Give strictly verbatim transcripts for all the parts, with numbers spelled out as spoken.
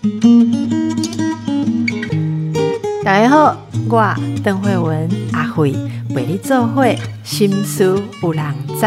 大家好，我邓惠文阿惠陪你做伙，心思有人知。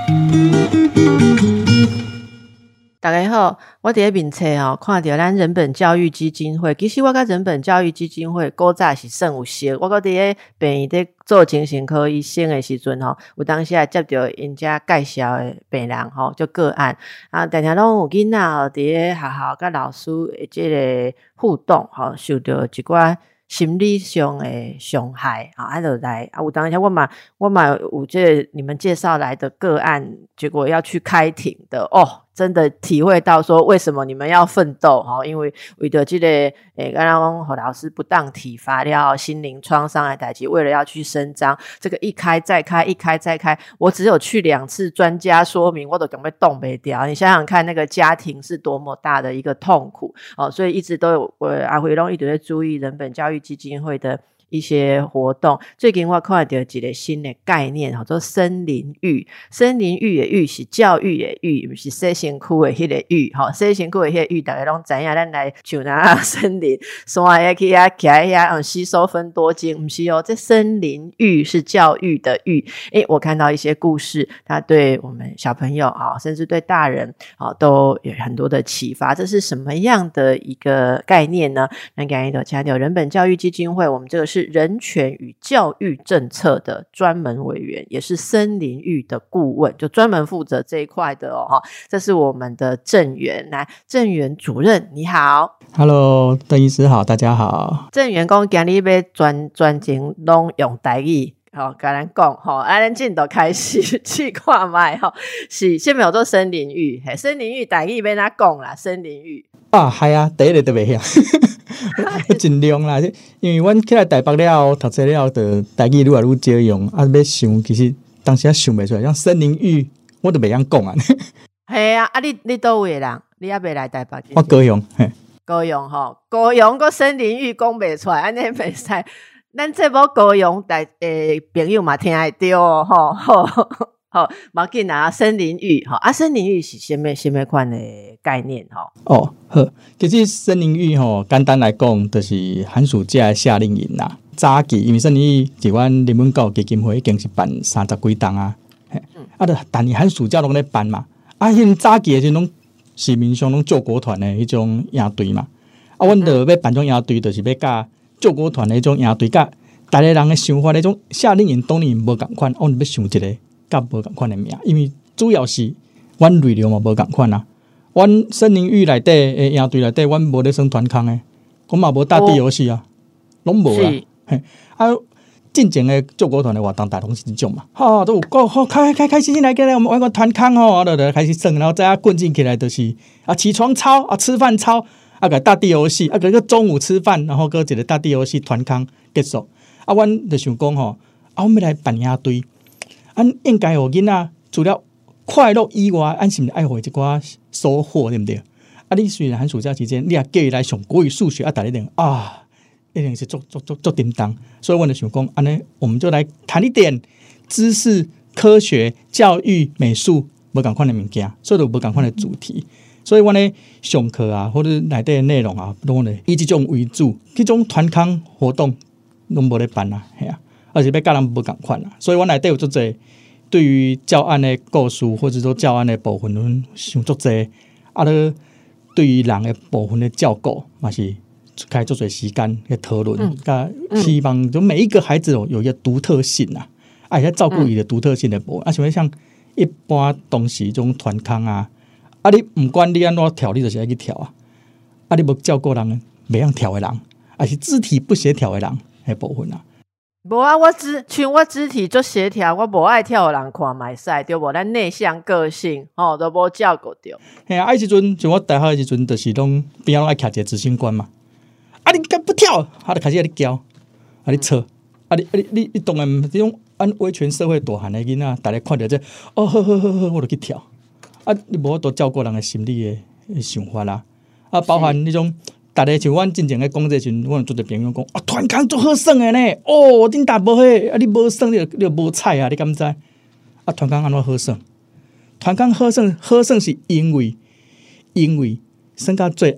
大家好，我伫咧面册哦，看到咱人本教育基金会。其实我甲人本教育基金会古早是算有熟，我搁伫咧病院伫做精神科医生的时阵吼，有当时也接到因遮介绍的病人吼，就个案啊，常常拢有囡仔吼伫咧学校甲老师的即个互动吼，受到一寡心理上的伤害啊，啊就来啊，有当下我嘛我嘛有这个你们介绍来的个案，结果要去开庭的哦，真的体会到说为什么你们要奋斗哈，因为为了这个诶，刚刚讲何老师不当体罚了心灵创伤的代志，为了要去伸张这个一开再开，一开再开，我只有去两次专家说明，我都根本动不掉。你想想看，那个家庭是多么大的一个痛苦哦，所以一直都有我阿慧拢一直在注意人本教育基金会的一些活动。最近我看到一个新的概念叫做森林浴。森林浴的浴是教育的浴，不是洗身躯的迄个浴。洗身躯的迄个浴大家拢知影，咱来像那森林山遐去遐徛遐吸收芬多精，不是哦，这森林浴是教育的浴。诶，我看到一些故事，它对我们小朋友甚至对大人都有很多的启发。这是什么样的一个概念呢？那今日就请到人本教育基金会，我们这个是人权与教育政策的专门委员，也是森林浴的顾问，就专门负责这一块的哦。这是我们的郑源，来，郑源主任你好。 Hello， 邓医师好，大家好。 郑源讲今日要专专程拢用台语好，跟咱讲吼，啊，咱进都开始去看卖吼，是先有做森林浴，嘿，森林浴台语要哪讲啦？森林浴啊，系啊，第一个都袂晓，尽量啦，因为阮起来台北了，读册了，就台语愈来愈少用，啊，要想其实当时也想袂出来，像森林浴，我都袂晓讲啊。 系啊，啊，你你倒位人？你还袂来台北？ 我高雄，嘿， 高雄吼，高雄个森林浴讲袂出来，安尼袂使。咱这波高雄的诶朋友嘛听会到哦，吼吼吼，冇紧啊，森林浴吼啊，森林浴是什么什么款的概念吼？ 哦，好，其实森林浴吼，简单来讲，就是寒暑假的夏令营啦。早期因为森林浴伫阮人本教育基金会已经是办三十几档啊，嘿，嗯、啊，就但是寒暑假拢咧办嘛。啊，迄早期的时拢市面上拢救国团的迄种营队嘛。啊，阮就要办种营队，就是要甲救国团的迄种营队，甲大家人的想法，迄种夏令营、冬令营无共款，我们要想一个甲无共款的名，因为主要是阮内容嘛无共款啊。阮森林浴内底诶营队内底，阮无咧算团康诶，我嘛无打地游戏啊，拢无啦。嘿，啊，进前诶救国团的活动大同是这种嘛，哈、哦，都有够好开开开心心来个来，我们玩个团康吼，就就开始算，然后再滚进起来就是啊起床操啊吃饭操。啊个打地游戏，啊个中午吃饭，然后个一个打地游戏团康结束。啊，阮就想讲吼，啊，我们要来办营队，咱应该有囡仔除了快乐以外，咱是毋是爱有一寡收获，对不对？啊，你虽然寒暑假期间，你也叫伊来上国语、数学啊，大家一定啊，一定是做做做做叮当。所以我就想讲，安尼我们就来谈一点知识、科学、教育、美术无共款的物件，所以就无共款的主题。所以我咧上课啊，或者内底的内容啊，拢咧以这种为主，这种团康活动拢无咧办啊，系啊，而且要甲人无共款啊。所以我内底有足侪对于教案的故事，或者说教案的部分，阮想足侪啊，咧对于人的部分的照顾，嘛是开足侪时间去讨论，甲、嗯、希望就每一个孩子有有一个独特性啊，啊，且照顾伊的独特性的部分、嗯、啊，像像一般当时种团康啊。啊！你唔管你安怎跳，你就是爱去跳啊！啊！你无照顾人，袂晓跳的人，还是肢体不协调的人，迄部分啊。 无啊，我肢像我肢体足协调，我无爱跳的人看卖使对无？咱内向个性吼都无照顾着。 嘿啊！迄时阵像我大学迄时阵，就是拢边仔拢爱徛一个执行官嘛。啊！你敢不跳？他就开始爱你教，啊你扯，啊你啊你你你当然这种按威权社会大汉的囡仔，大家看到这，哦好好好好，我就去跳。啊，你无法度照顾人的心理的想法啦。啊，包含那种，大家像阮之前咧讲这阵，我做着朋友讲，啊，团康做好耍的呢。哦，恁大无迄，啊，你无耍你就你就无彩啊，你敢知？啊，团康安怎好耍？团康好耍，好耍是因为因为耍到最后，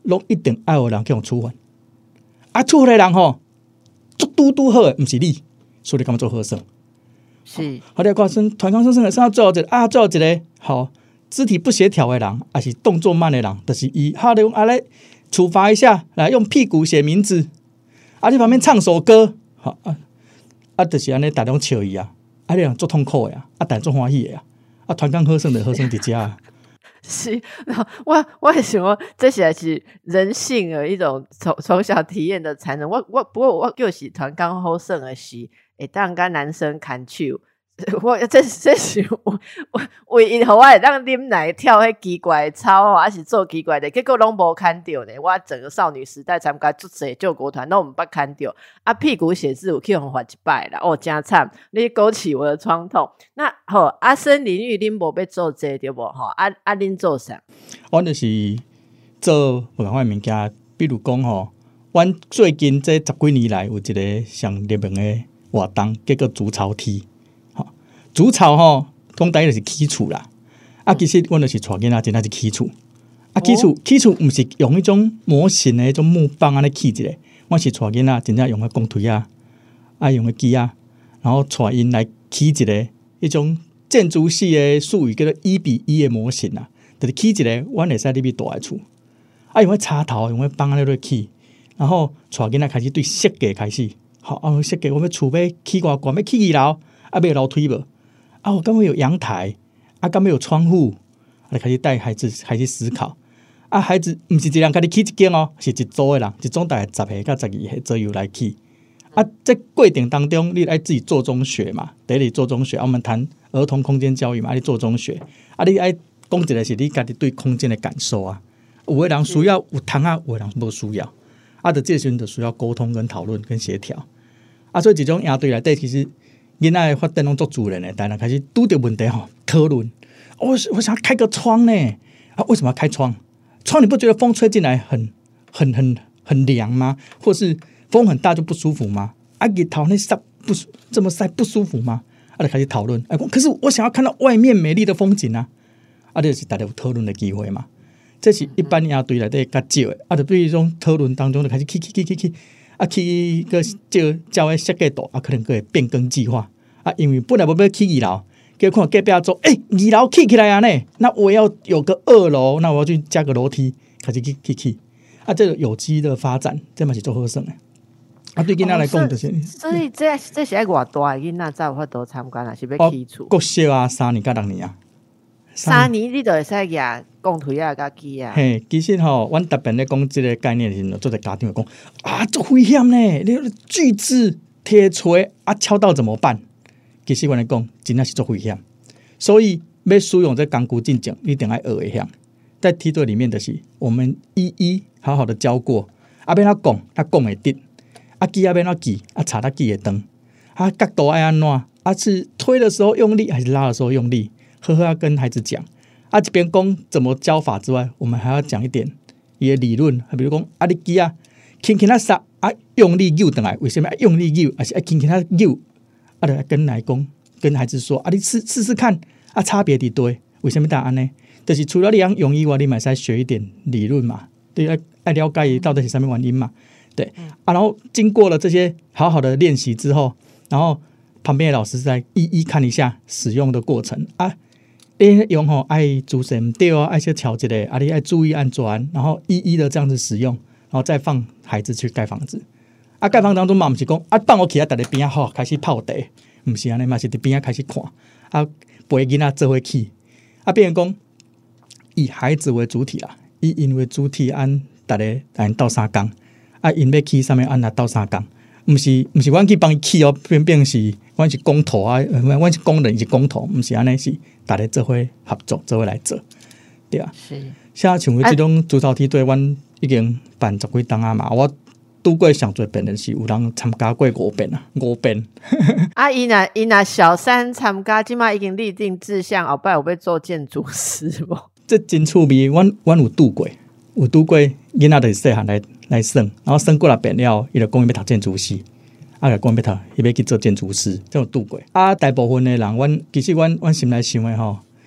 拢一定爱有人去用处分。啊，处分的人吼，足拄拄好的，毋是你，所以你干嘛做和尚？ 是， 好，你看生团康生生的，上到最后一个啊，最后一个好肢体不协调的人，还是动作慢的人，就是伊，好，用啊来处罚一下，来用屁股写名字，啊，你旁边唱首歌，好啊，啊，就是安尼，大家拢笑伊啊，啊，你人做痛苦的啊，啊，大家做欢喜的啊，啊，团康和尚的和尚伫遮啊。 是，我我想说，这些是人性的一种从从小体验的才能。我我不过我就是团刚好胜的是，会当跟男生牵手。我这这是我我唯一互我会当啉奶跳迄奇怪的操，还是做奇怪的，结果拢无看到呢。我整个少女时代参加足侪救国团，拢毋捌看到。啊，屁股写字有去互罚一摆啦，哦，真惨！你勾起我的创痛。那好，啊，森林域恁无要做这对无吼？啊啊，恁做啥？ 阮就是做无同款物件，比如讲吼，阮最近这十几年来有一个上热门的活动，叫做筑巢梯。筑巢吼，讲台语就是起厝啦。啊，其实阮就是带囡仔真正是起厝。啊，起厝起厝毋是用迄种模型的迄种木棒安尼起一个，阮是带囡仔真正用个公推啊，啊用个机啊，然后带因来起一个迄种建筑系的术语叫做一比一的模型啊，就是起一个阮会使入去大个厝。啊，用个插头，用个棒安尼落起，然后带囡仔开始对设计开始。好，啊设计我们厝要起偌悬，要起二楼，啊要楼梯无？啊，我刚刚有阳台，啊，刚刚有窗户，啊，开始带孩子开始思考。啊，孩子不是一人家己起一间哦，是一组的人，一组大概十岁到十二岁左右来起。啊，在过程当中，你爱自己做中学嘛，得你做中学。啊，我们谈儿童空间教育嘛，啊，你做中学。啊，你爱讲一个是你家己对空间的感受啊。有的人需要有窗啊，有的人无需要。啊，的这时阵就需要沟通跟讨论跟协调。啊，所以这种应对内底其实。囡仔的发展拢做主人的，大家开始拄到问题吼，讨论。我我想要开个窗呢，啊，为什么要开窗？窗你不觉得风吹进来很很很很凉吗？或是风很大就不舒服吗？啊，日头那晒不这么晒不舒服吗？啊，就开始讨论。啊，可是我想要看到外面美丽的风景啊！啊，这就是大家有讨论的机会嘛。这是一般野队内底较少的，啊，就对于这种讨论当中就开始起起起起起。啊，去个照照个设计图啊，可能个会变更计划啊，因为本来要要起二楼，结果看隔壁做，诶、欸，二楼起起来啊呢，那我要有个二楼，那我要去加个楼梯，开始起起起，啊，这个有机的发展，这嘛是做好耍的。啊，对囡仔来讲就是， 所以这这是爱偌大囡仔才有法度参加，还是要起厝？ 国小啊，三年甲六年啊， 三年你就会使举公推啊，甲机啊。 嘿，其实吼，阮特别咧讲即个概念的时候，做者家长会讲啊，足危险呢！你锯子、铁锤啊，敲到怎么办？其实阮来讲，真正是足危险。所以要使用这工具进前，你一定要学会晓。在梯队里面的是，我们一一好好的教过，啊，要哪讲，啊讲会得，啊机啊要哪记，啊查哪记会长，啊角度爱安怎，啊是推的时候用力还是拉的时候用力，呵呵要跟孩子讲。啊，这边讲怎么教法之外，我们还要讲一点伊的理论，比如讲啊，你机啊，轻轻啊刹啊，用力扭转来，为什么要用力扭？还是啊，轻轻啊扭？啊，就跟来讲，跟孩子说啊，你试试试看啊，差别伫对，为什么答案呢？就是除了你用用意外，你嘛使学一点理论嘛，对，爱爱了解到底是什么原因嘛，对啊，然后经过了这些好好的练习之后，然后旁边的老师再一一看一下使用的过程啊。你用吼爱姿势唔对啊，爱些调节的，啊你爱注意安全，然后一一的这样子使用，然后再放孩子去盖房子。啊，盖房子当中嘛，唔是讲啊放我起来，大家边啊吼开始泡茶，唔是安尼嘛，是伫边啊开始看，啊陪囡仔做伙起，啊变成讲以孩子为主体啦，以因为主体按大家按斗相共，啊因要起上面按来斗相共，唔是唔是阮去帮伊起哦，偏偏是阮是工头啊，阮是工人是工头，唔是安尼是。大家做伙合作，做伙来做，对啊。是。像像这种筑巢梯队，阮已经办十几档啊嘛。我拄过上最遍的是有人参加过五遍啊，五遍。 啊，伊若伊若小三参加，即马已经立定志向，后摆有要做建筑师无？ 这真趣味，阮阮有拄过，有拄过囡仔就是细汉来来算，然后算过来遍了，伊就讲伊要读建筑系。啊，来讲要读，伊要去做建筑师，这有拄过。啊，大部分的人，阮其实阮阮心内想的吼，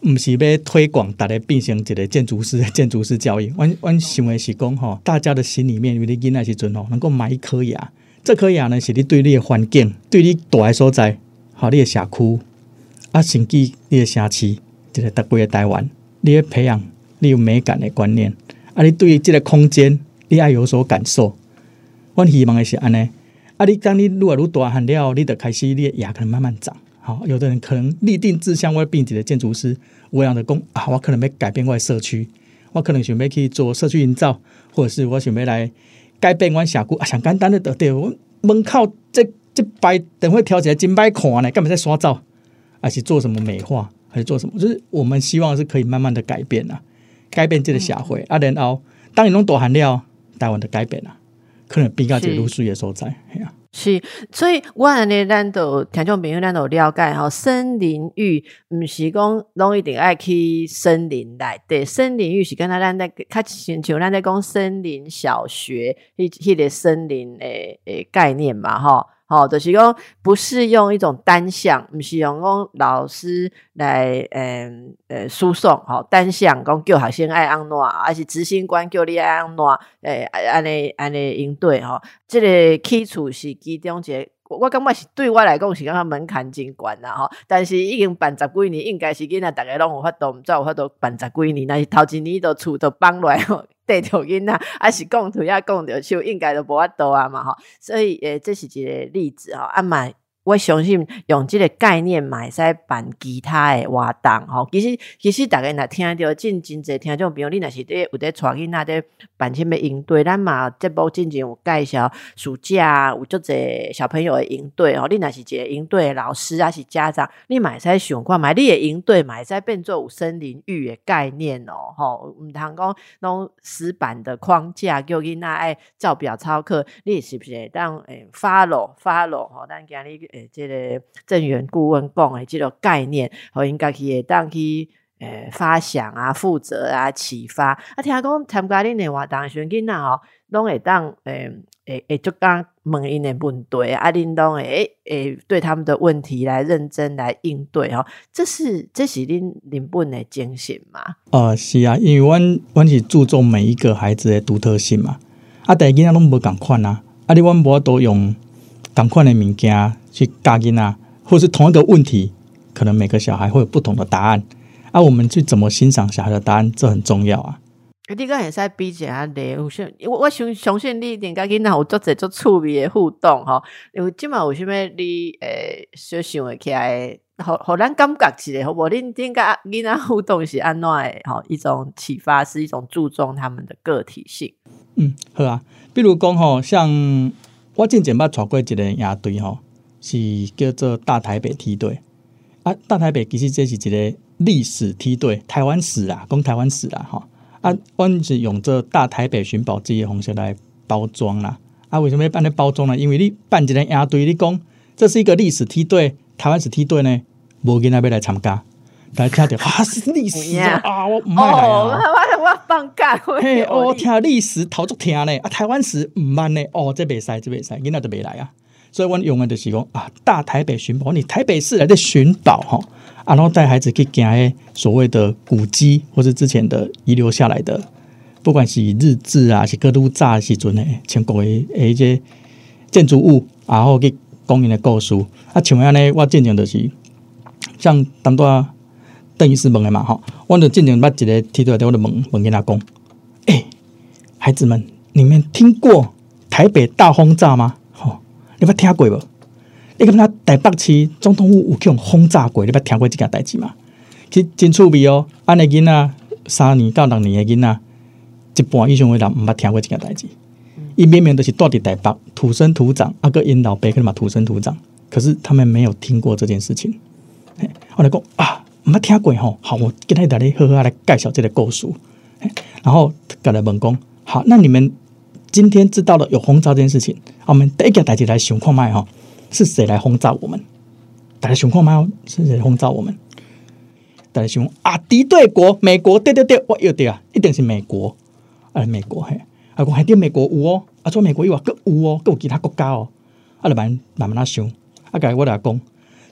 毋是要推广大家变成一个建筑师的建筑师教育。阮阮想的是讲吼，大家的心里面，因为你囡仔时阵吼，能够埋一颗芽，这颗芽呢，是你对你的环境，对你住的所在，好你的社区，啊，甚至你的城市，一个规个台湾，你要培养你有美感的观念，啊，你对这个空间，你要有所感受。阮希望的是安尼。啊！你当你愈来愈大汉了，你就开始你的牙可能慢慢长。好，有的人可能立定志向，我要变一个建筑师。有的人就讲啊，我可能要改变我的社区，我可能想要去做社区营造，或者是我想要来改变我社区。啊，上简单的就对，我门口这这摆等会挑起来真歹看呢，干嘛在刷照？还是做什么美化，还是做什么？就是我们希望是可以慢慢的改变啊，改变这个社会、嗯、啊。然后当你拢大汉了，台湾就改变了。可能比较一个愈水的所在， 是，所以我安尼咱都听众朋友咱都了解吼，森林浴毋是讲拢一定爱去森林内底，森林浴是跟他咱在较亲像咱在讲森林小学迄迄个森林诶诶概念嘛吼。吼、哦，就是讲不是用一种单向，不是用讲老师来呃呃输送，吼、哦、单向讲叫学生爱安怎，还是执行官叫你爱安怎，诶安尼安尼应对吼，这个起厝是其中一个。我感觉是对我来讲是感觉门槛真悬啦吼，但是已经办十几年，应该是囡仔大家拢有法度，毋知有法度办十几年，但是头一年都厝都放落来吼，缀着囡仔，还是讲腿啊讲着手，应该都无法度啊嘛吼，所以诶，这是一个例子吼，啊嘛。我相信用这个概念嘛会使办其他的活动吼。其实其实大家若听到真真侪听众朋友，你若是咧有咧带囡仔咧办什么营队，咱嘛节目之前有介绍暑假有足侪小朋友的营队吼。你若是一个营队的老师还是家长，你嘛会使想看嘛，你的营队嘛会使变做有森林浴的概念哦吼，毋通讲拢死板的框架叫囡仔爱照表操课，你是不是会当诶 follow follow 吼？咱今日诶，这个郑源顾问讲的这个概念，和应该去会当去诶发想啊、负责啊、启发。啊，听讲参加恁的活动，时阵囡仔吼，拢会当诶诶诶，就讲问因的问题，啊，恁拢会诶对他们的问题来认真来应对吼。这是这是恁恁本的精神嘛？ 呃，是啊，因为阮阮是注重每一个孩子的独特性嘛。啊，但囡仔拢无共款啊，啊，你阮无都用同款的物件去教囡仔，或是同一个问题，可能每个小孩会有不同的答案。啊，我们去怎么欣赏小孩的答案，这很重要啊。 你敢会使比一下例，我我相相信你一定甲囡仔有足侪足趣味的互动吼。因为即马有啥物你诶所想会起来，互互咱感觉一下，好无？恁恁甲囡仔互动是安怎的吼？一种启发，是一种注重他们的个体性。 嗯，好啊。比如讲吼，像我之前捌带过一个野队吼，是叫做大台北梯队啊。大台北其实这是一个历史梯队，台湾史啊，讲台湾史啦吼。啊，阮是用这大台北寻宝记的方式来包装啦。啊，为什么要办咧包装呢？因为你办一个野队，你讲这是一个历史梯队、台湾史梯队呢，无囡仔要来参加。大家听到啊，是历史啊，啊我唔爱来啊！ 哦，我我放假， 嘿，哦，听历史头足听呢，啊，台湾史唔慢呢，哦，这袂使，这袂使，囡仔就袂来啊。所以阮用的就是讲啊，大台北寻宝，你台北市来的寻宝哈，啊，然后带孩子去行诶所谓的古迹，或是之前的遗留下来的，不管是日治啊，是各路炸时阵诶，全国诶诶这建筑物，然后去讲因的故事。啊，像安尼，我进前就是像当多。邓医师问的嘛，哈，我就进前捌一个梯队，我就问问囡仔讲，哎、欸，孩子们，你们听过台北大轰炸吗？吼，你捌听过无？你感觉台北市总统府有去用轰炸过？你捌听过这件代志吗？其实真趣味哦。安尼囡仔三年到六年的囡仔，一半以上的人毋捌听过这件代志。伊明明就是住伫台北，土生土长，啊个因老爸可能嘛土生土长，可是他们没有听过这件事情。我来讲啊。毋捌听过吼，好，我今天带你好好来介绍这个故事，然后跟他问讲，好，那你们今天知道了有轰炸这件事情，我们第一件代志来想看卖哈，是谁来轰炸我们？大家想看卖是谁轰炸我们？大家想啊，敌对国美国，对对对，我有对啊，一定是美国，啊，美国嘿，啊，讲还对美国有哦，啊，做美国有啊，佫有哦，佫有其他国家哦，啊，就慢慢慢慢啊想，啊，甲我来讲。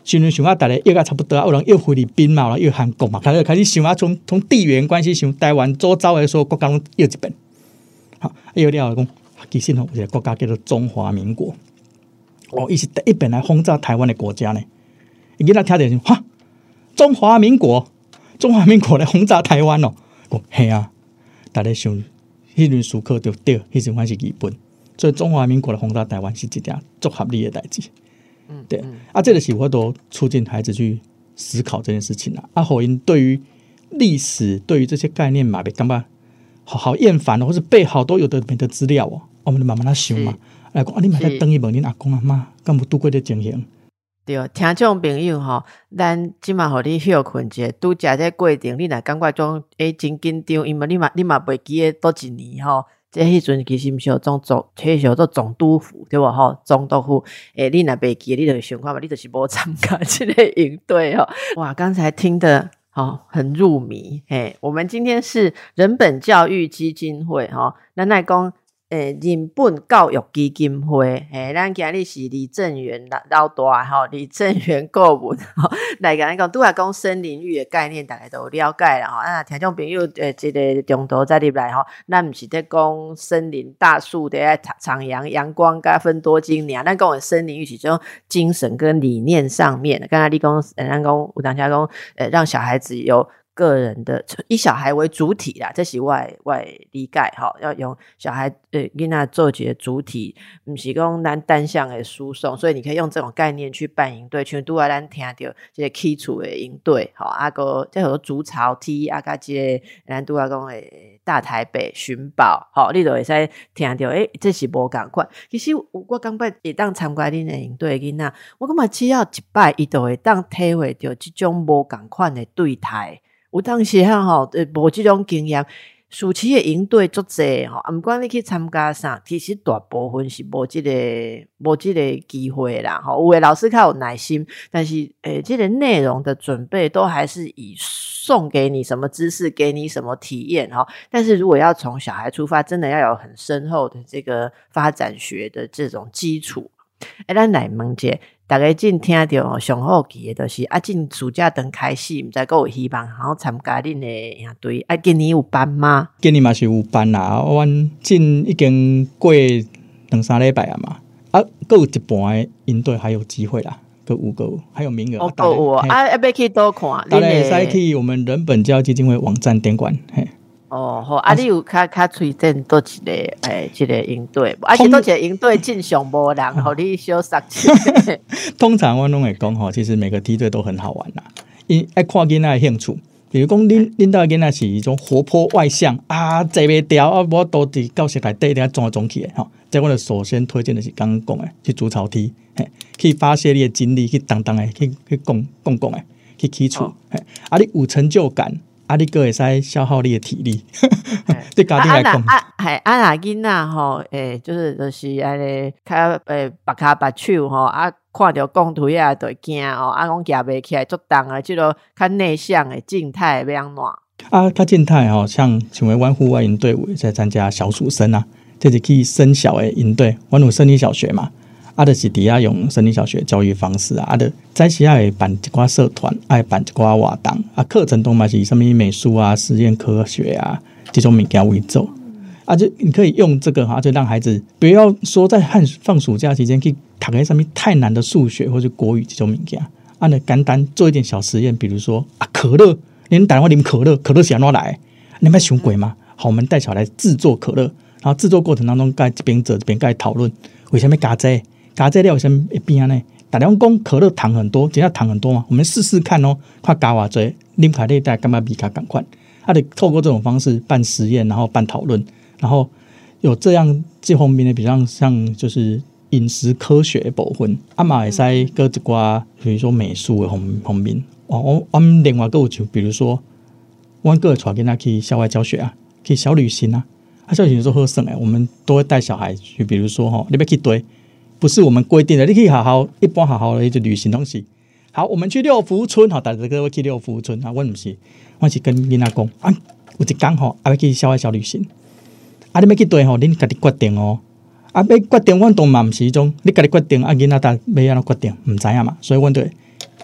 想想想啊，大家约啊差不多啊，有人约菲律宾嘛，有人约韩国嘛，开始开始想啊，从从地缘关系想台湾周遭的所有国家拢约一遍。好，约了讲，其实吼有一个国家叫做中华民国。哦，伊是第一遍来轰炸台湾的国家呢。伊囡仔听着哈，中华民国，中华民国来轰炸台湾哦。讲嘿啊，大家想，迄阵时刻就对，迄阵还是日本，所以中华民国来轰炸台湾是一件足合理的代志。嗯，对，嗯、啊，这个是我都促进孩子去思考这件事情啊。啊，好因对于历史，对于这些概念嘛，别感觉好好厌烦哦，或是背好多有的没的资料哦，我们就慢慢来想嘛。来讲啊，你嘛在等伊问恁阿公阿妈，敢有拄过这情形？ 对，听众朋友吼，咱即马互你休困者，拄食这过程，你若感觉种诶真紧张，因为你嘛你嘛袂记诶倒一年吼。这迄阵其实毋是有种总，迄是有做总督府对无吼？总督府，诶，你若袂记，你就想看嘛，你就是无参加这个营队吼。哇，刚才听的哦很入迷。嘿，我们今天是人本教育基金会吼，咱来讲诶人本教育基金会。嘿，咱今日是李正元老大吼，李正元顾问吼，来甲咱讲，拄来讲森林浴的概念，大家都有了解啦吼。啊，听众朋友诶，这个中途再入来吼，咱毋是在讲森林大树的徜徉阳光甲芬多精尔，咱讲的森林浴是种精神跟理念上面的。刚才你讲，咱讲有当下讲，呃，让小孩子有个人的以小孩为主体啦，这是我的我的理解吼，要用小孩呃囡仔做一个主体，不是讲咱单向的输送，所以你可以用这种概念去办营队，像拄仔咱听到这个起厝的营队，吼，啊个这个筑巢梯，啊甲这个咱拄仔讲的大台北寻宝，吼，你就会使听到，诶，这是无共款。其实我感觉会当参加恁的营队的囡仔，我感觉只要一摆，伊就会当体会到这种无共款的对待。有当时哈吼，呃，无这种经验，暑期的营队足济吼，啊，毋管你去参加啥，其实大部分是无这个无这个机会啦吼。有的老师较有耐心，但是诶，这个内容的准备都还是以送给你什么知识，给你什么体验哈。但是如果要从小孩出发，真的要有很深厚的这个发展学的这种基础。诶，咱来问者。大家真听到上好奇的就是啊，真暑假刚开始，毋知还有希望好参加恁的营队。啊，今年有班吗？ 今年嘛是有班啦，阮真已经过两三礼拜啊嘛，啊，还有一半的营队还有机会啦，还有个还有名额。 哦，够有啊，啊，要去倒看？ 大家会使去我们人本教育基金会网站点管。嘿。 哦，好，啊，你有较较推荐倒一个诶，一个营队，而且倒一个营队进上无人，互你小杀气。 通常我拢会讲吼，其实每个梯队都很好玩啦，因爱看囡仔的兴趣。比如讲，恁恁兜囡仔是一种活泼外向啊，坐袂牢啊，我都伫教室内底伫装来装去的吼。这我就首先推荐的是刚刚讲的，去筑巢梯，嘿，去发泄你的精力，去当当的，去去讲讲讲的，去起厝，嘿，啊，你有成就感。啊，你个会使消耗你的体力，对家庭来讲， 啊啊，系啊那囡仔吼，诶，就是就是安尼，较诶白骹白手吼，啊，看到讲推啊就惊哦，啊，讲夹袂起来足重啊，即落较内向诶静态要安怎？ 啊，较静态吼，像像为阮户外营队伍在参加小暑生啊，这是去升小诶营队，阮有升理小学嘛。啊，就是底下用森林小学教育方式啊，啊，的在学校会办一寡社团，爱办一寡活动啊，课程都嘛是什么美术啊、实验科学啊这种物件为主啊，就你可以用这个哈，就让孩子不要说在寒放暑假期间去读个什么太难的数学或者国语这种物件，啊，呢简单做一点小实验，比如说啊，可乐，你打电话啉可乐，可乐是安怎来？你们想过吗？好，我们带小孩来制作可乐，然后制作过程当中，该这边做这边该讨论为什么加这个。加这料为什么会变呢？大家讲可乐糖很多，真的糖很多嘛？我们试试看哦，看加偌多，啉起来大家感觉比较赶快。他得透过这种方式办实验，然后办讨论，然后有这样这方面的，比较像就是饮食科学的部分，啊嘛会使搁一寡，比如说美术的方方面。哦，我我们另外还有就比如说，我们个带囡仔去校外教学啊，去小旅行啊，啊小旅行做好耍诶，我们都会带小孩去，比如说吼，你要去堆。不是我们规定的，你可以好好一般好好的去旅行东西。好，我们去六福村，好，大家各位去六福村啊，我不是，我是跟囡仔讲啊，有一天吼，啊要去校外小旅行，啊你要去对吼，恁家己决定哦，啊要决定，阮都嘛不是种，你家己决定，啊囡仔搭要安怎决定，唔知影嘛，所以阮对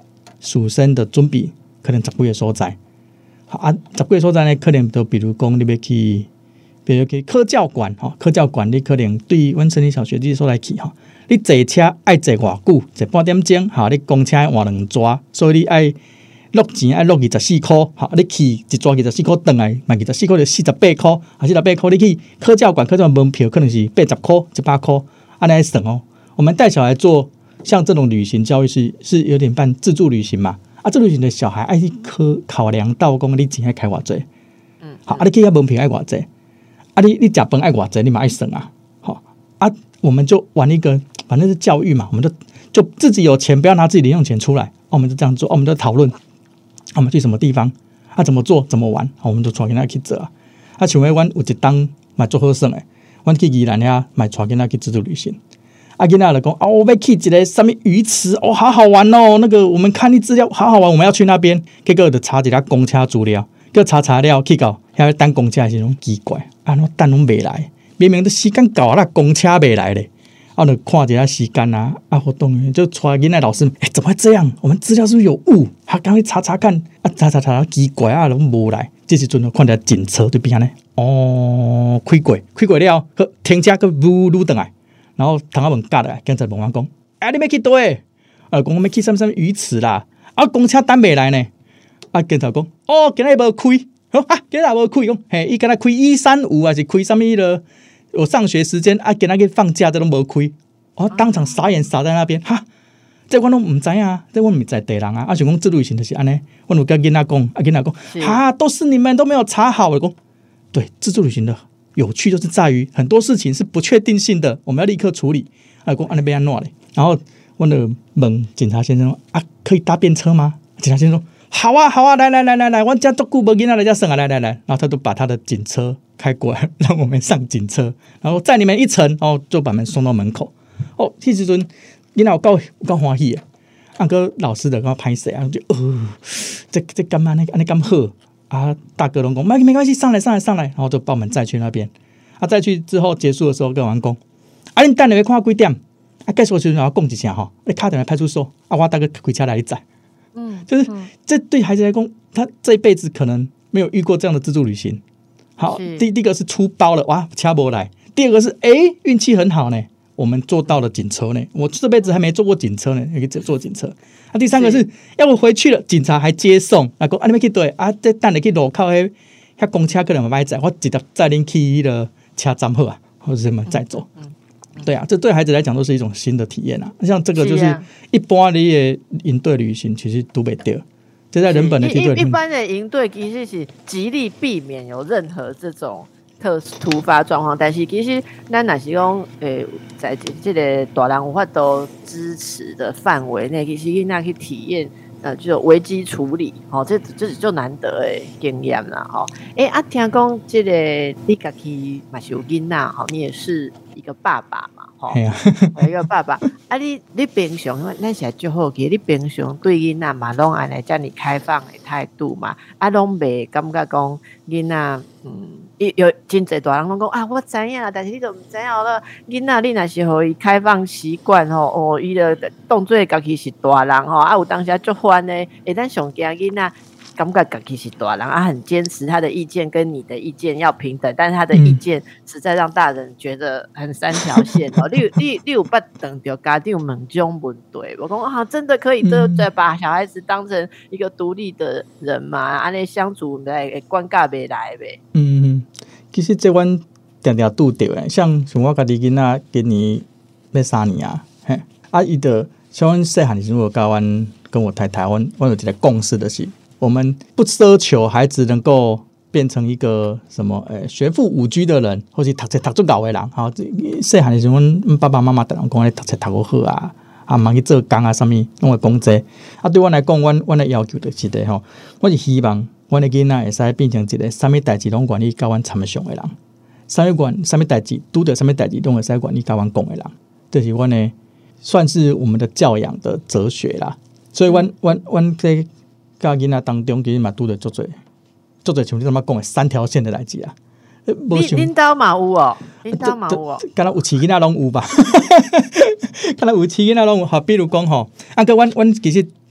属生的准备，可能十几个所在。好啊，十几个所在呢，可能都比如讲你要去，比如去科教馆吼，科教馆你可能对阮森林小学这所来去吼，你坐车爱坐偌久？坐半点钟，吼，你公车换两抓，所以你爱落钱爱落二十四块，好，你去一抓二十四块，回来买二十四块就四十八块，还是四十八块？你去科教馆，科教馆门票可能是八十块、一百块，按来省哦。我们带小孩做像这种旅行教育是是有点半自助旅行嘛，啊，自助旅行的小孩爱去考考量到讲你钱爱开偌济，嗯，好，啊，你去遐门票爱偌济，啊，你你食饭爱偌济，你嘛爱省啊，好，啊，我们就玩一个，反正是教育嘛，我们就就自己有钱，不要拿自己零用钱出来，啊，我们就这样做，啊，我们就讨论。我们去什么地方？啊，怎么做？怎么玩？我们就带囡仔去做啊！啊，像诶，阮有一档嘛做好耍诶，阮去宜兰遐，买带囡仔去自助旅行。啊，囡仔就讲，哦，我要去一个什么鱼池，哦，好好玩哦！那个我们看你资料，好好玩，我们要去那边。结果就查一下公车资料，结果查查了去到遐等公车是种奇怪，啊，那等拢未来，明明都时间到了，公车未来咧。啊，就看一下时间啊，啊，活动员就带囡仔老师，哎、欸，怎么会这样？我们资料是不是有误？他赶快查查看，啊，查查查，奇怪啊，拢无来。这时阵就看到警车就边呢，哦，开过，开过了，呵，停车个呜撸转来，然后窗仔门夹来，警察问我讲，啊，你要去倒诶？啊，讲我要去什么什么鱼池啦，啊，公车等未来呢？啊，警察讲，哦，今日无开，好啊，今日无开，讲，嘿，伊今日开一三五还是开什么了？我上学时间啊，今仔日放假这都无开，我当场傻眼傻在那边，哈，这我都唔知啊，这我唔知地人啊，啊，想讲自助旅行就是安尼，我有跟囡仔讲，啊，囡仔讲，哈，都是你们都没有查好，我讲，对，自助旅行的有趣就是在于很多事情是不确定性的，我们要立刻处理，啊，讲安尼要安怎咧？然后我就问警察先生啊，可以搭便车吗？警察先生说，好啊，好啊，来来来来来，我家足久无囡仔来家省啊，来来来，然后他就把他的警车开过来，让我们上警车，然后载你们一程，然后就把门送到门口。哦，迄时阵囡仔有够有够欢喜的，啊个老师就跟我拍摄啊，就呃，这这干嘛呢？安尼咁好啊？大哥拢讲没没关系，上来上来上来，然后就把我们载去那边。啊，再去之后结束的时候跟我讲，啊，你等下要看几点？啊，结束的时候然后讲一声吼，你打电话派出所，啊，我大哥开车来你载。嗯，就是、嗯、这对孩子来讲，他这一辈子可能没有遇过这样的自助旅行。好，第第一个是出包了，哇，车没来；第二个是，哎，运气很好呢，我们坐到了警车呢。我这辈子还没坐过警车呢，可以坐警车。啊，第三个是，是要我回去了，警察还接送。啊，讲啊，你们去对啊，这等你去路口迄，遐公车可能歹载，我直接载恁去迄个车站好啊，或者什么再走。嗯嗯、对啊，这对孩子来讲都是一种新的体验啊。像这个就是、啊、一般你的营队旅行，其实都袂对。这在人本的梯队， 一般的营队其实是极力避免有任何这种特突发状况，但是其实咱若是讲，诶、欸，在这个大人有法度支持的范围内，其实囡仔去体验，呃，就危机处理，哦，这这就难得的经验啦，吼、哦。诶、欸，啊，听讲这个你家己嘛是有囡仔，吼，你也是一个爸爸嘛。吼、哦，一个爸爸，啊你你平常咱是足好奇，你平常对囡仔嘛拢安尼遮尔开放的态度嘛，啊拢袂感觉讲囡仔，嗯，有真侪大人拢讲啊，我知影，但是你都毋知影了，囡仔你若是互伊开放习惯吼，哦，伊就当做家己是大人吼，啊有当时足烦的，诶，咱上惊囡仔。感觉自己是大人啊，很坚持他的意见跟你的意见要平等，但是他的意见实在让大人觉得很三条线哦。你你你有捌等到家长问这种问题，我说啊，真的可以对对，把小孩子当成一个独立的人嘛？安尼相处来关卡袂来呗。 嗯，其实这阮常常拄到诶，像像我家己囡仔今年要三年啊，嘿，啊伊的像阮细汉的时候，甲阮跟我太太，阮阮有一个共识的是。我们不奢求孩子能够变成一个什么诶、欸、学富五车的人，或是读册读足够的人。好，细汉的时候，阮爸爸妈妈常常讲你读册读好好啊，啊，忙去做工啊，什么拢会讲这。啊，对我来讲，阮阮的要求就是的吼，我是希望阮的囡仔会使变成一个什么代志拢愿意甲阮参详的人，什么愿什么代志拄着什么代志拢会使愿意甲阮讲的人，这是阮的算是我们的教养的哲学啦。所以阮阮阮这。甲囡仔当中，其实嘛拄着足侪，足侪像你怎么讲的三条线的代志啊。 恁兜嘛有哦，恁兜嘛有哦。 敢若有饲囡仔拢有吧？敢若有饲囡仔拢有。好，比如讲吼，啊个阮阮其实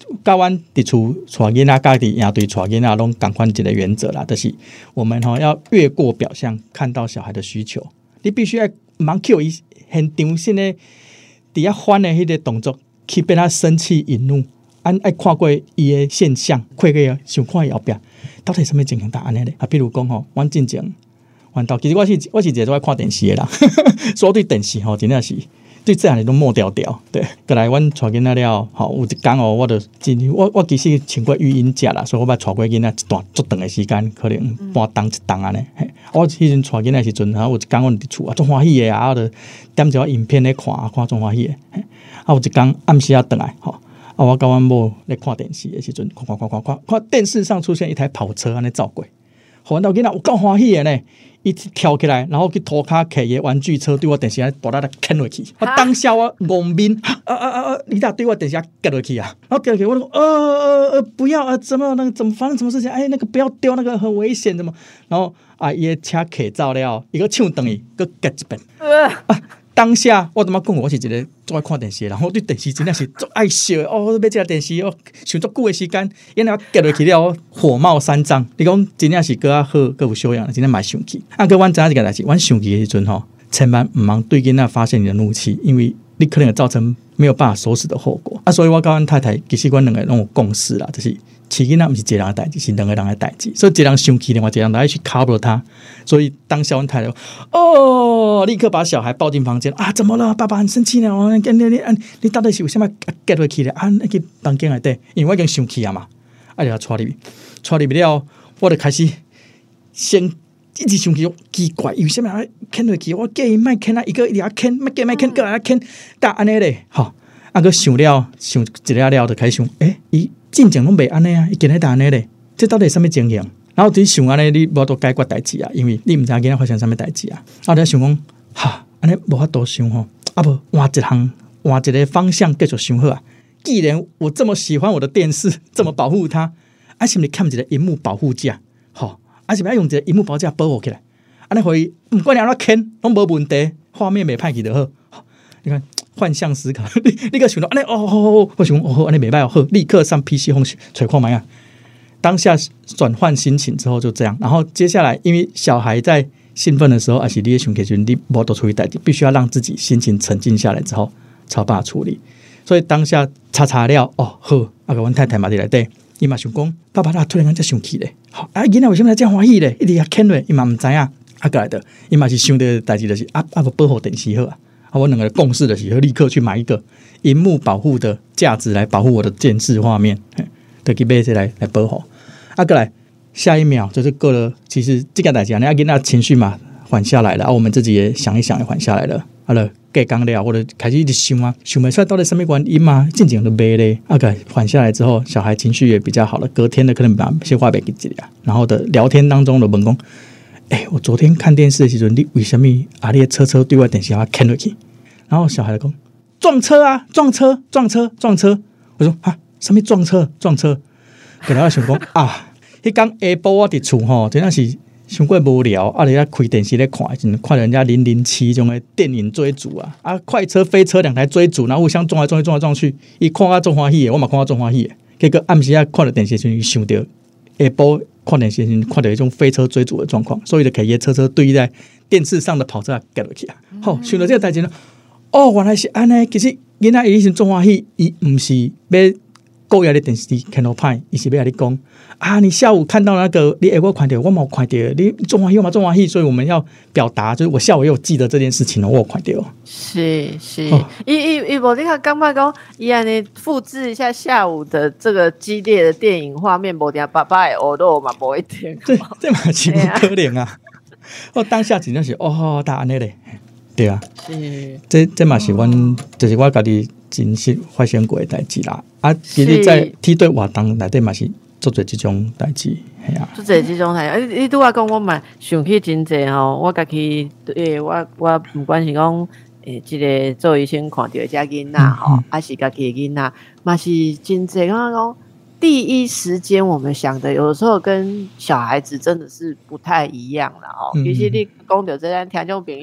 甲阮伫厝带囡仔，家己营队带囡仔，拢共款一个原则啦，就是我们吼要越过表象，看到小孩的需求。你必须要毋通扣伊现场性的伫遐翻的迄个动作，去变他生气引怒。咱爱看过伊的现象，看过想看伊后壁到底什么情形答案呢？啊，比如讲吼，阮进前，阮到其实我是我是一个都爱看电视的人，所以对电视吼真正是对这样的都抹掉掉。对，过来阮带囡仔了，吼有一天哦，我就真我我其实穿过育婴假啦，所以我捌带过囡仔一段足长的时间，可能半冬一冬安尼。我迄阵带囡仔时阵，啊有一天我伫厝啊，足欢喜的啊，我就点一个影片咧看，看足欢喜的。啊有一天暗时啊转来，吼。啊！我甲阮某咧看电视的时阵，看看看看看，看电视上出现一台跑车，安尼走过，互阮兜囡仔有够欢喜的呢！伊跳起来，然后去涂骹摕伊玩具车，对我电视啊，把它牵落去。我当下我懵面，啊啊啊啊！你咋对我电视啊夹落去啊？然后夹落去，我说呃呃呃，不要啊！怎么那个怎么发生什么事情？哎，那个不要丢，那个很危险，怎么？然后啊，伊的车骑走了，伊个抢等伊，个夹一遍。啊当下我他妈讲，我是一个最爱看电视的，然后对电视真的是最爱笑的哦。买这个电视哦，想足久的时间，然后夹落去了，火冒三丈。你讲真正是搁较好，搁有修养，真正蛮生气。啊，搁阮知影一个代志，阮生气的时阵吼，千万唔通对囡仔发泄你的怒气，因为你可能会造成没有办法收拾的后果。啊，所以我跟阮太太其实阮两个拢有共识啦，就是饲囡仔不是一个人的代志，是两个人的代志。所以一个人生气，另外一个人来去 cover 他。所以当下阮太太哦，立刻把小孩抱进房间啊！怎么了？爸爸很生气呢！哦，你你你你到底是为什么夹落去咧？啊，那去房间内底，因为我已经生气啊嘛，啊就带入去，带入去了，我就开始先一直生气，奇怪，为什么牵落去？我叫伊莫牵啊，一个一直要牵，莫叫莫牵，个来牵，但安尼咧，吼，啊个想了想一了了，就开始想，诶，伊进前拢袂安尼啊，伊今日打安尼咧，这到底什么情形？然后你想安尼，你无多解决代志啊，因为你毋知影囡仔发生什么代志啊。啊，你想讲，哈，安尼无法度想吼，啊无换一项，换一个方向继续想好啊。既然我这么喜欢我的电视，这么保护它，啊，是不是看一个萤幕保护架？吼，啊，是不是要用一个萤幕保护架保护起来？安尼可以，不管你安怎牵，拢无问题，画面袂歹去就好。你看幻象思考，你你个想到安尼哦哦，我想哦安尼袂歹哦，好，立刻上 P C 风找看卖啊。当下转换心情之后就这样，然后接下来因为小孩在兴奋的时候，还是你的想起你无多处理代志，必须要让自己心情沉静下来之后才有办法处理。所以当下查查了哦好，啊个阮太太嘛伫内底，伊嘛想讲爸爸啦突然间才生气咧，好啊囡仔为什么这样欢喜咧？一直要牵咧，伊嘛毋知影，啊个来的，伊嘛是想的代志就是啊啊个保护电视好啊，啊我两个共识的是立刻去买一个萤幕保护的架子来保护我的电视画面。就去买这来来保护，啊，过来下一秒就是过了。其实这个代志，你要跟那情绪嘛缓下来了，啊，我们自己也想一想，也缓下来了。好了，过刚了，我就开始一直想啊，想不出来到底什么原因嘛，静静就买嘞。啊，个缓下来之后，小孩情绪也比较好了。隔天的可能把些话别给记了，然后的聊天当中的问讲，哎、欸，我昨天看电视的时候，你为什么啊？你的车车对我电视要牵落去？然后小孩就讲撞车啊，撞车，撞车，撞车。我说啊。什么撞车撞车？本来我想讲啊，迄天下晡我伫厝吼，真的是伤过无聊，啊！你咧开电视咧看，看人家零零七种的电影追逐啊，啊，快车飞车两台追逐，然后互相撞来撞去撞来撞去，伊看啊中欢喜的，我嘛看啊中欢喜的。结果暗时啊看了电视时，想到下晡看电视时看到一种飞车追逐的状况，所以就可以车车对在电视上的跑车夹落去啊。好，想到这个代志呢，哦，原来是安尼。其实囡仔伊时中欢喜，伊毋是要。故意的电视看到歹，伊是要跟你讲啊，你下午看到那个，你哎我看到，我冇看到，你中欢喜嘛中欢喜，所以我们要表达，就是我下午也有记得这件事情了，我有看到。 是是，伊伊伊无你看，刚刚讲伊安尼复制一下下午的这个激烈的电影画面，无定爸爸的耳朵嘛无一定， 这这嘛是不可能啊！我当下真正是哦，答案嘞，对啊，是这这嘛是阮，就是我家己。真实发生过的代志啦，啊，其实在梯队活动内底嘛是做做这种代志，系啊， 做做这种代志。你你拄仔讲，我嘛想起真济吼，我家己诶，我我不管是讲诶，即、这个做医生看到的遮囡仔吼，还是家己的囡仔，嘛是真济。刚刚讲第一时间我们想的，有的时候跟小孩子真的是不太一样啦吼。其实你讲到这咱听众朋友，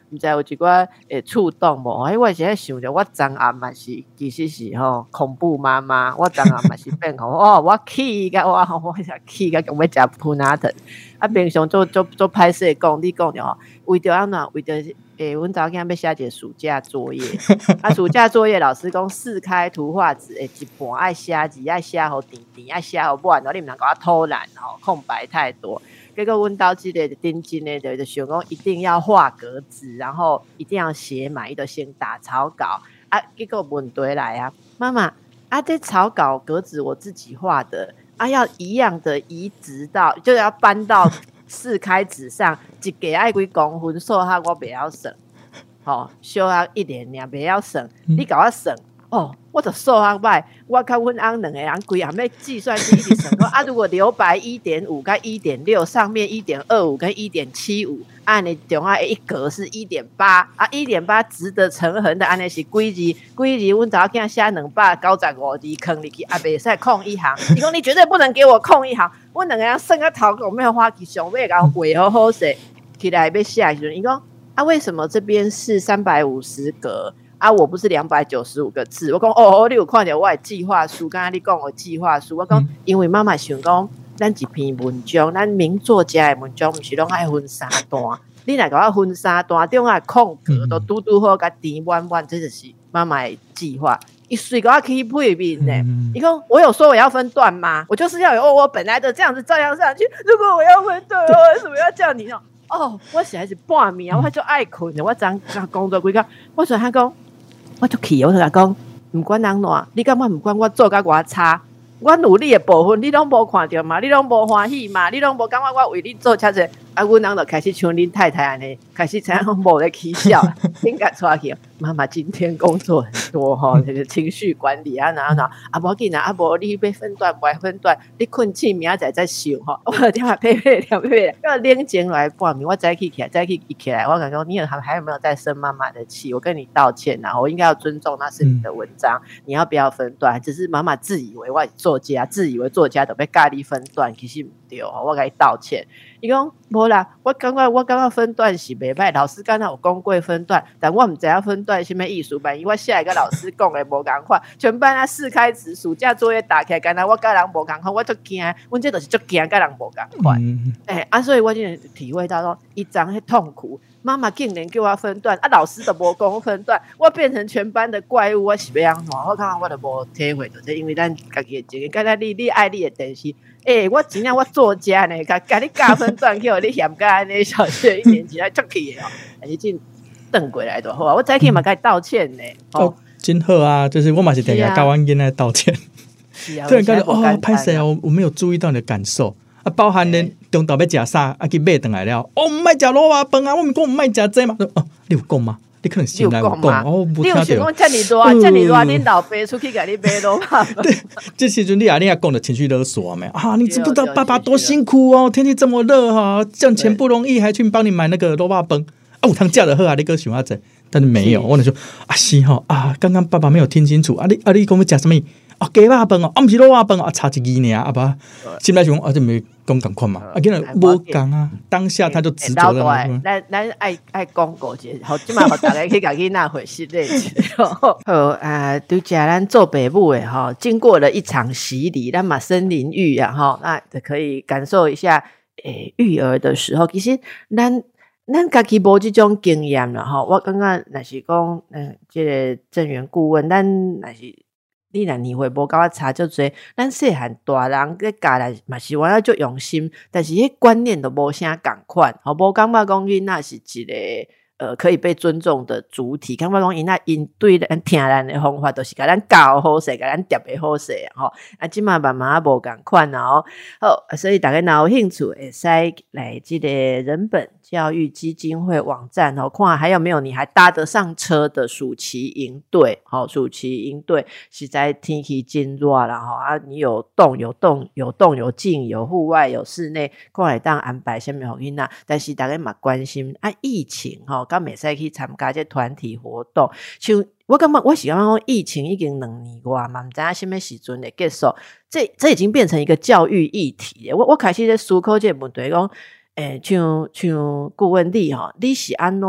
毋知有一寡会触动无？哎，我是在想着我昨暗嘛是其实是吼恐怖妈妈，我昨暗嘛是变吼哦，我气甲我我是气甲讲要食普拿疼。啊，平常做做做歹势讲，你讲着吼，为着安怎？为着诶，阮查某囝要写一个暑假作业，啊，暑假作业老师讲四开图画纸，诶，一半爱写字，爱写好甜甜，爱写好满，然后你毋通甲我偷懒吼，空白太多。结果阮兜即个顶真诶，就就想讲一定要画格子，然后一定要写满，伊就先打草稿啊。结果问题来啊，妈妈啊，这草稿格子我自己画的啊，要一样的移植到，就要搬到四开纸上，一格爱几公分，数学我不要省，吼、哦，小学一年尔不要省，你甲我省。哦，我就数学歹，我甲阮翁两个人规暗要计算机一直算啊。如果留白 一点五 跟 一点六， 上面 一点二五 跟 一点七五， 按你中间一格是 一点八 啊 ，一点八 值得成衡的安尼是几字？几字？阮查某囝写两百九十五字坑入去，啊，袂使空一行。伊讲你绝对不能给我空一行，阮两个人算到头壳没有花去上尾甲画好好势起来要写的时阵，伊讲啊，为什么这边是三百五十格？啊，我不是两百九十五个字，我讲哦，你有看到我的计划书？刚刚你讲我计划书，我讲、嗯、因为妈妈想讲，咱一篇文章，咱名作家的文章，不是拢爱分三段？你若甲我分三段，中间空格都嘟嘟好，甲填满满，这就是妈妈的计划。一水给我起配面呢？你看我有说我要分段吗？我就是要有哦，我本来的这样子照样上去。如果我要分段，我为什么要叫你呢？哦，我实在是半暝啊，我就爱困的。我昨天工作几工，我说他讲。我就气，我就甲讲，唔管人怎，你感觉唔管我做甲我差，我努力的部分你拢无看到嘛？你拢无欢喜嘛？你拢无感觉我为你做遮济？啊，阮人就开始像恁太太安尼，开始怎样无咧起笑，应该出去。妈妈今天工作很多吼，那个情绪管理啊，然后呢，啊，无要紧啊，啊，无你要分段，不爱分段，你困醒明仔载再想吼。我电话呸呸两呸，要冷静来半暝，我早起起来，早起一起来，我感觉你有还还有没有在生妈妈的气？我跟你道歉呐，我应该要尊重那是你的文章，嗯、你要不要分段？只是妈妈自以为我是作家，自以为作家都要教你分段，其实唔对哦，我跟你道歉。伊讲无啦，我感觉我感觉分段是袂歹，老师刚才有讲过分段，但我唔知影分段是咩意思吧？因为我下一个老师讲的无共款，全班啊四开始暑假作业打起来，干那我甲人无共款，我足惊，阮这就是足惊甲人无共款。嗯、欸，啊，所以我就体会到说，一张迄痛苦。妈妈竟然叫我分段，啊，老师都无讲分段，我变成全班的怪物，我是要安怎？我看看我都无体会到，这因为咱家己的经验，刚才你你爱你的电视，诶、欸，我真正我作家呢，甲甲你教分段，叫你嫌甲安尼小学一年级来出去的哦，你真转过来就好啊，我早起嘛该道歉呢。 哦，哦真好啊，就是我嘛是定个教阮囡仔道歉。是啊，突然感觉哦，歹势啊，我我没有注意到你的感受。啊，包含恁中昼要食啥，啊去买回来了。哦，唔爱食卤肉饭啊，我唔讲唔爱食这嘛。哦，你有讲吗？你可能心内有讲，哦，无听到。你有想讲遮尼多啊，遮尼多，恁老爸出去给你买卤肉饭。 对，这时阵你啊，你也讲的情绪勒索没？啊，你知不知道爸爸多辛苦哦？天气这么热哈，挣钱不容易，还去帮你买那个卤肉饭。啊，有通食就好啊，你个想下子，但是没有。我就说啊，是吼啊，刚刚爸爸没有听清楚啊，你啊，你讲要食什么？啊，鸡肉饭哦，啊，毋是卤肉饭哦，啊，差一字尔，啊爸，心内想啊，这没讲共款嘛，啊，竟然无讲啊，当下他就执着了。 咱咱爱爱讲过节，好，即马互大家去甲囡仔回信类。好啊，拄则咱做爸母的吼，经过了一场洗礼，咱嘛森林浴啊，吼，那可以感受一下，诶、欸，育儿的时候，其实咱。咱家己无这种经验啦吼，我感觉若是讲，嗯，这个正源顾问，咱若是你若年岁无甲我差足侪，咱细汉大人咧教来嘛是我要足用心，但是迄观念都无啥共款，吼，无感觉讲囡仔是一个呃可以被尊重的主体，感觉讲因仔因对咱听咱的方法，都是甲咱教好势，甲咱贴的好势吼，啊，即马慢慢无共款哦，好，所以大家若有兴趣，会使来这个人本教育基金会网站哦，看还有没有你还搭得上车的暑期营队，好、哦，暑期营队实在天气真热啦哈啊，你有动有动有动有静有户外有室内，看会当安排什么好囡仔，但是大家嘛关心啊疫情哈，敢袂使去参加这团体活动，像我感觉我是感觉讲疫情已经两年外嘛，唔知影什么时阵会结束，这这已经变成一个教育议题，我我开始在思考这个问题讲。诶，像像顾问你吼，你是安怎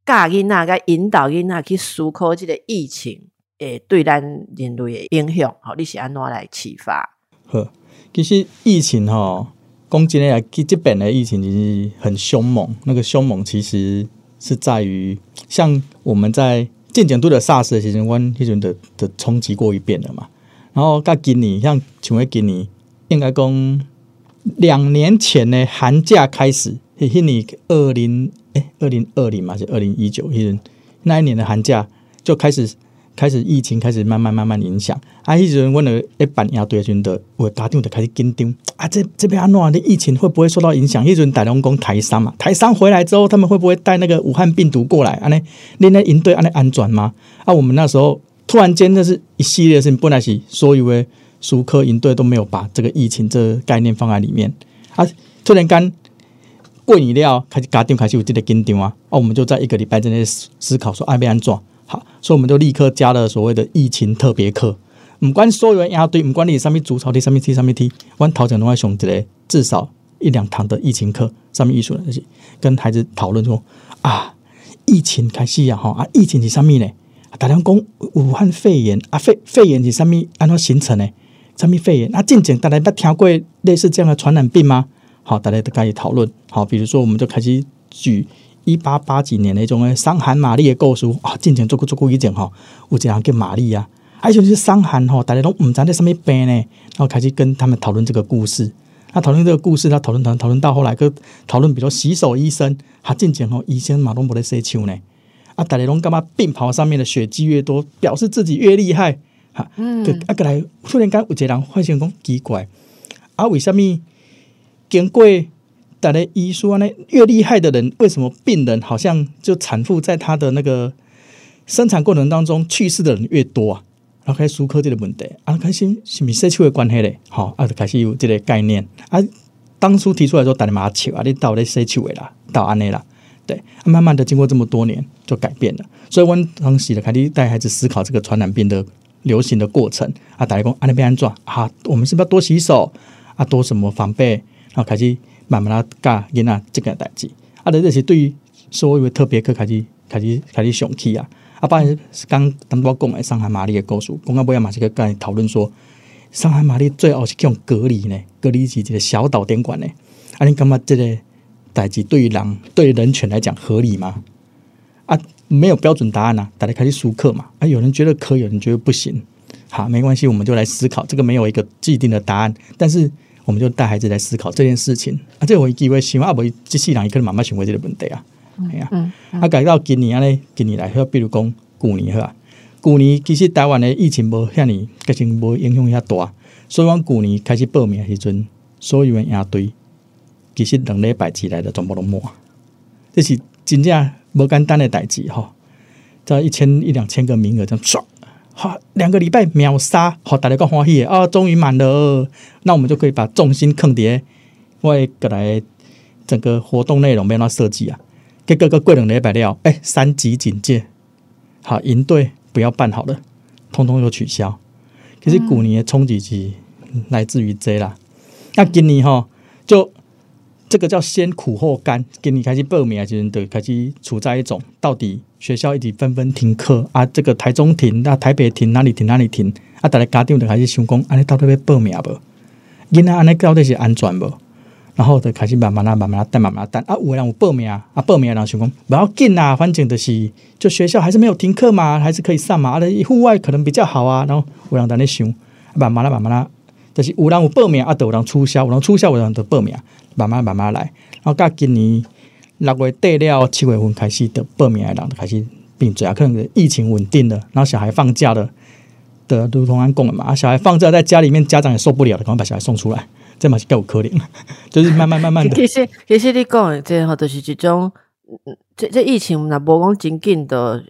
教囡仔甲引导囡仔去思考即个疫情诶对咱人类的影响，吼，你是安怎来启发？ 好，其实疫情吼，讲真的啊，这边的疫情其实很凶猛。那个凶猛其实是在于，像我们在进前拄着 SARS 的时阵，阮迄阵的的冲击过一遍了嘛。然后到今年，像像迄今年，应该讲两年前呢，寒假开始，迄年二零诶二零二零嘛，是二零一九迄阵那一年的寒假就开始。开始疫情开始慢慢慢慢影响啊！迄阵阮咧咧办营队的时阵，有的家长就开始紧张啊！这这边安怎的疫情会不会受到影响？迄阵大家讲台商嘛，台商回来之后，他们会不会带那个武汉病毒过来？安尼，恁咧营队安尼安全吗？啊！我们那时候突然间，这是一系列的事情，本来是所有的属科营队都没有把这个疫情这个概念放在里面啊！突然间过年了，开始家长开始有这个紧张啊！啊，我们就在一个礼拜之内思考说，啊，要安怎？好，所以我们就立刻加了所谓的疫情特别课。不管所有人营队，不管你上面主草题、上面 T、上面 T， 我头前都会上一个至少一两堂的疫情课，上面艺术的就是跟孩子讨论说啊，疫情开始啊，啊，疫情是什么呢？大家讲武汉肺炎啊，肺肺炎是什么？安怎形成呢？什么肺炎？啊，之前大家捌听过类似这样的传染病吗？好，大家都开始讨论。好，比如说我们就开始举。一八八几年那种伤寒玛丽的故事啊，之前做过做过以前吼，有一个人叫玛丽啊，还就是伤寒吼，大家都唔知道什么病呢，然后开始跟他们讨论这个故事。那讨论这个故事，他讨论讨论讨论到后来，个讨论比如说洗手医生，他之前吼医生嘛拢无咧洗手呢，啊，大家拢干嘛病袍上面的血迹越多，表示自己越厉害，哈，嗯，啊，过来突然间有一个人发现讲奇怪，啊，为什么经过？大家医书呢，越厉害的人，为什么病人好像就产妇在他的那个生产过程当中去世的人越多啊？然后开始思考这个问题啊，开始是咪洗手的关系嘞？好啊，就开始有这个概念啊。当初提出来说，大家马笑啊，你到底洗手的啦，到安内啦，对、啊，慢慢的经过这么多年就改变了。所以我们当时的开始带孩子思考这个传染病的流行的过程啊，大家讲安那边安怎啊？我们是不是要多洗手啊？多什么防备？然后开始。慢慢啊教囡仔这个代志，啊，这是对于所有的特别课开始开始开始上起啊。啊，把刚当我讲的伤寒玛丽的故事，讲到尾啊嘛是个跟讨论说，伤寒玛丽最后是用隔离呢，隔离是一个小岛点管呢。啊，你感觉这个代志对于人对人权来讲合理吗？啊，没有标准答案啊，大家开始输课嘛。啊，有人觉得可以，有人觉得不行。好，没关系，我们就来思考，这个没有一个既定的答案，但是。我们就带孩子来思考这件事情啊，这我机会想啊，不，这世人伊可能慢慢想过这个问题啊，系啊，嗯嗯、啊，改到今年咧，今年来好，比如讲去年好啊，去年其实台湾的疫情无遐尼，其实无影响遐大，所以我去年开始报名的时阵，所有的营队其实两礼拜之内就全部拢满，这是真正无简单的代志吼，在一千一两千个名额这样唰。好，两个礼拜秒杀，好，大家够欢喜啊！终于满了，那我们就可以把重心放在我过来整个活动内容要怎设计啊？结果个过两礼拜了，哎、欸，三级警戒，好，营队不要办好了，通通又取消。其实去年的冲击是来自于这啦，那今年哈就。这个叫先苦后甘，给你开始报名的时候，就开始处在一种到底学校一直纷纷停课啊，这个台中停，啊台北停，哪里停哪里停啊，大家家长就开始想讲，安尼到底要报名无？囡仔安尼到底是安全无？然后就开始慢慢啊慢慢啊等慢慢啊等啊，有人有报名啊，啊报名的人想讲不要紧啊，反正就是就学校还是没有停课嘛，还是可以上嘛，啊户外可能比较好啊，然后有人在那想，慢慢啊慢慢啊，就是有人有报名啊，就有人促销，有人促销，有人就报名。慢慢慢慢来，然后到今年六月底了，七月份开始的报名的人就开始变多啊，可能疫情稳定了，然后小孩放假了的，如同安讲的嘛，小孩放假在家里面，家长也受不了了，赶快把小孩送出来，这嘛是够可怜，就是慢慢慢慢的。 其实其实你讲的这吼，就是一种，这这疫情若无讲真紧的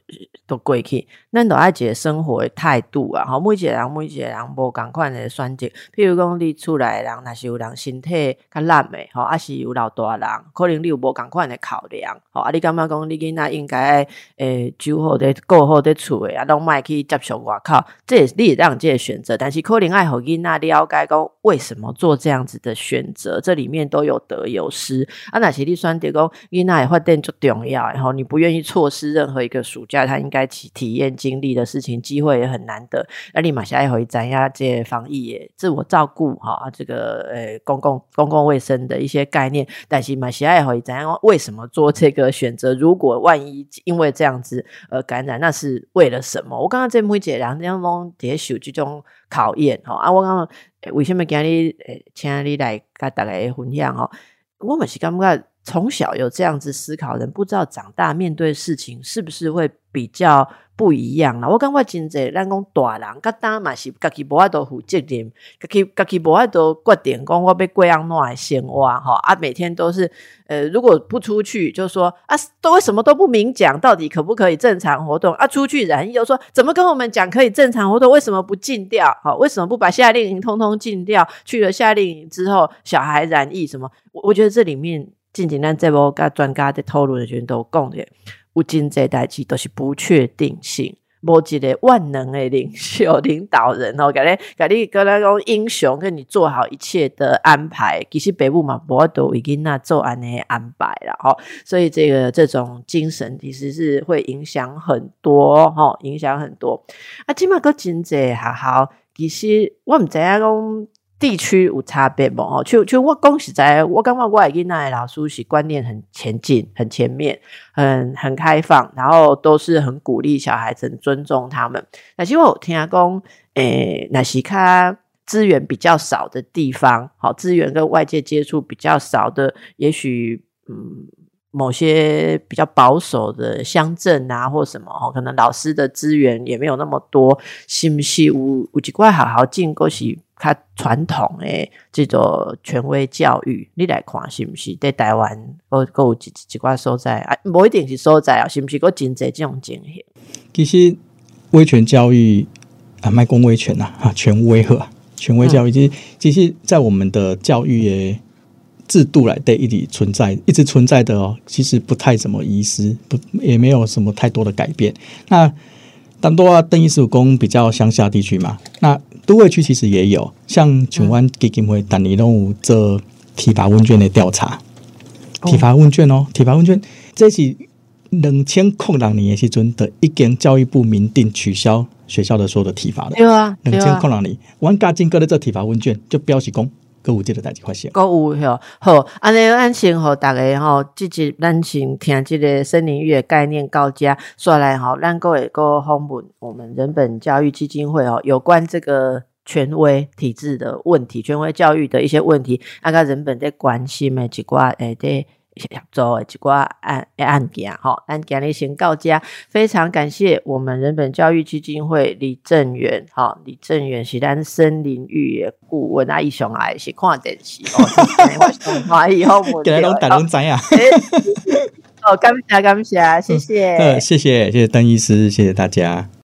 都过去，咱就爱一个生活的态度啊，吼，每一个人每一个人无同款的选择。譬如讲，你厝内的人，若是有人身体较懒的，吼，啊是有老大人，可能你有无同款的考量，吼，啊，你感觉讲你囡仔应该诶，守好伫顾好伫厝的，啊，拢莫去接触外口，这也是你让这个选择，但是可能爱互囡仔了解讲为什么做这样子的选择，这里面都有得有失。啊，若是你选择讲囡仔的发展最重要的，吼，你不愿意错失任何一个暑假他应该去体验经历的事情，机会也很难得。那你嘛是爱互伊知影这个防疫的自我照顾，哈，这个呃公共公共卫生的一些概念，但是嘛是爱互伊知影为什么做这个选择，如果万一因为这样子呃感染，那是为了什么？我刚刚这每一个人拢伫受这种考验，吼啊，我刚刚为什么今日诶请你来跟大家分享吼？我们是感觉从小有这样子思考的人，不知道长大面对事情是不是会比较不一样啦。我感觉真济咱讲大人甲当嘛是家己无法度负责任，家己家己无法度决定讲我要过怎样的生活吼啊，每天都是呃如果不出去就说啊都为什么都不明讲，到底可不可以正常活动啊？出去染疫又说怎么跟我们讲可以正常活动，为什么不禁掉？好，为什么不把夏令营通通禁掉？去了夏令营之后小孩染疫什么？我我觉得这里面近近咱这波跟专家在讨论的时都讲的，有真济代志都是不确定性，无一个万能的领袖领导人哦，给你给你跟他讲英雄，跟你做好一切的安排。其实北部嘛，无都为囡仔做安尼安排啦，吼，所以这个这种精神其实是会影响很多，吼，影响很多。啊，今嘛个真济学校，其实我唔知影讲。地区有差别无吼，就就我讲实在，我感觉我的囡仔的老师是观念很前进、很前面、很很开放，然后都是很鼓励小孩子、很尊重他们。但是我有听讲，诶，若是较资源比较少的地方，好，资源跟外界接触比较少的，也许嗯。某些比较保守的乡镇啊或什么可能老师的资源也没有那么多，是不是有有一块好好进还是较传统的这种权威教育，你来看是不是在台湾还有一一块所在啊，不一定是所在啊，是不是还真多这种情形？ 其实威权教育啊，卖讲威权啊，权威呵，权威教育、嗯、其实其实在我们的教育的制度来对一直存在，一直存在的哦，其实不太怎么遗失，不也没有什么太多的改变。那当多啊，邓医师有讲比较乡下地区嘛，那都会区其实也有，像像阮基金会，但你拢有做体罚问卷的调查，体罚问卷哦，体罚问卷，这是两千零六年的时阵的已经教育部明定取消学校的所有的体罚了， 对啊， 两千零六年，阮家境搁咧做体罚问卷，就表示讲。还有这个代志发生， 还有吼，好，安尼咱先吼大家吼，即集咱先听这个森林浴的概念到这，说来吼，咱各位个访问我们人本教育基金会吼，有关这个权威体制的问题，权威教育的一些问题，啊，甲人本在关心的一寡诶，在合作的一寡案案件吼，咱今日先到这，非常感谢我们人本教育基金会李正元，吼，李正元是咱森林浴的顾问啊，伊上来是看电视哦，我上欢喜好问， 今日拢大拢知影。 哦，感谢感谢，谢谢， 呃，谢谢谢谢邓医师，谢谢大家。